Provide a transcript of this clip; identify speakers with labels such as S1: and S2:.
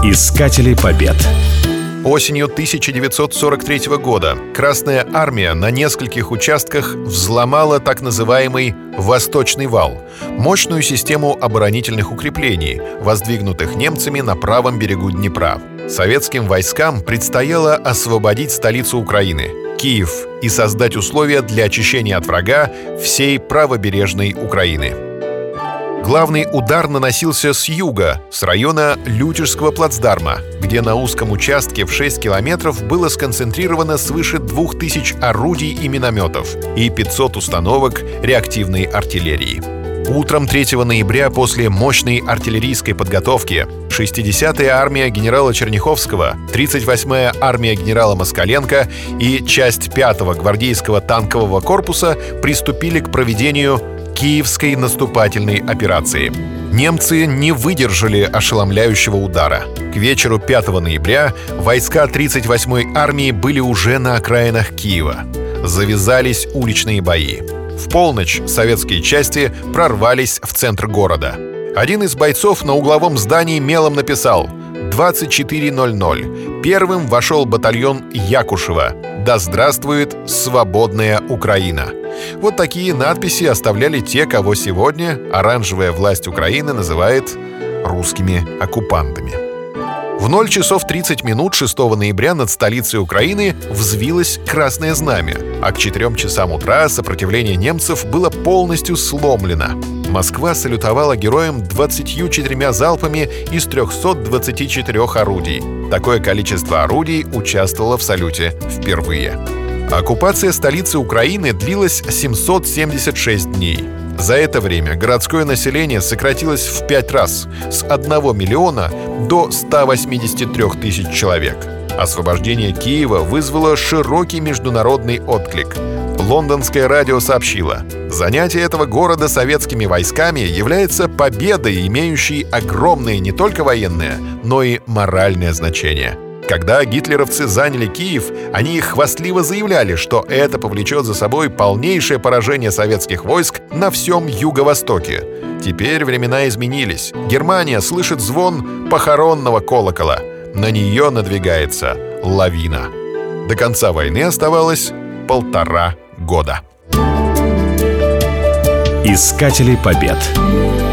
S1: Искатели побед.
S2: Осенью 1943 года Красная армия на нескольких участках взломала так называемый «Восточный вал» — мощную систему оборонительных укреплений, воздвигнутых немцами на правом берегу Днепра. Советским войскам предстояло освободить столицу Украины — Киев, и создать условия для очищения от врага всей правобережной Украины. Главный удар наносился с юга, с района Лютежского плацдарма, где на узком участке в 6 километров было сконцентрировано свыше 2000 орудий и минометов и 500 установок реактивной артиллерии. Утром 3 ноября после мощной артиллерийской подготовки 60-я армия генерала Черняховского, 38-я армия генерала Москаленко и часть 5-го гвардейского танкового корпуса приступили к проведению Киевской наступательной операции. Немцы не выдержали ошеломляющего удара. К вечеру 5 ноября войска 38-й армии были уже на окраинах Киева. Завязались уличные бои. В полночь советские части прорвались в центр города. Один из бойцов на угловом здании мелом написал: 24:00. Первым вошел батальон Якушева. Да здравствует свободная Украина. Вот такие надписи оставляли те, кого сегодня оранжевая власть Украины называет русскими оккупантами. В 0 часов 30 минут 6 ноября над столицей Украины взвилось Красное Знамя, а к 4 часам утра сопротивление немцев было полностью сломлено. Москва салютовала героям 24 залпами из 324 орудий. Такое количество орудий участвовало в салюте впервые. Оккупация столицы Украины длилась 776 дней. За это время городское население сократилось в 5 раз — с 1 миллиона до 183 тысяч человек. Освобождение Киева вызвало широкий международный отклик. Лондонское радио сообщило: занятие этого города советскими войсками является победой, имеющей огромное не только военное, но и моральное значение. Когда гитлеровцы заняли Киев, они хвастливо заявляли, что это повлечет за собой полнейшее поражение советских войск на всем Юго-Востоке. Теперь времена изменились. Германия слышит звон похоронного колокола. На нее надвигается лавина. До конца войны оставалось 1,5 года.
S1: Искатели побед.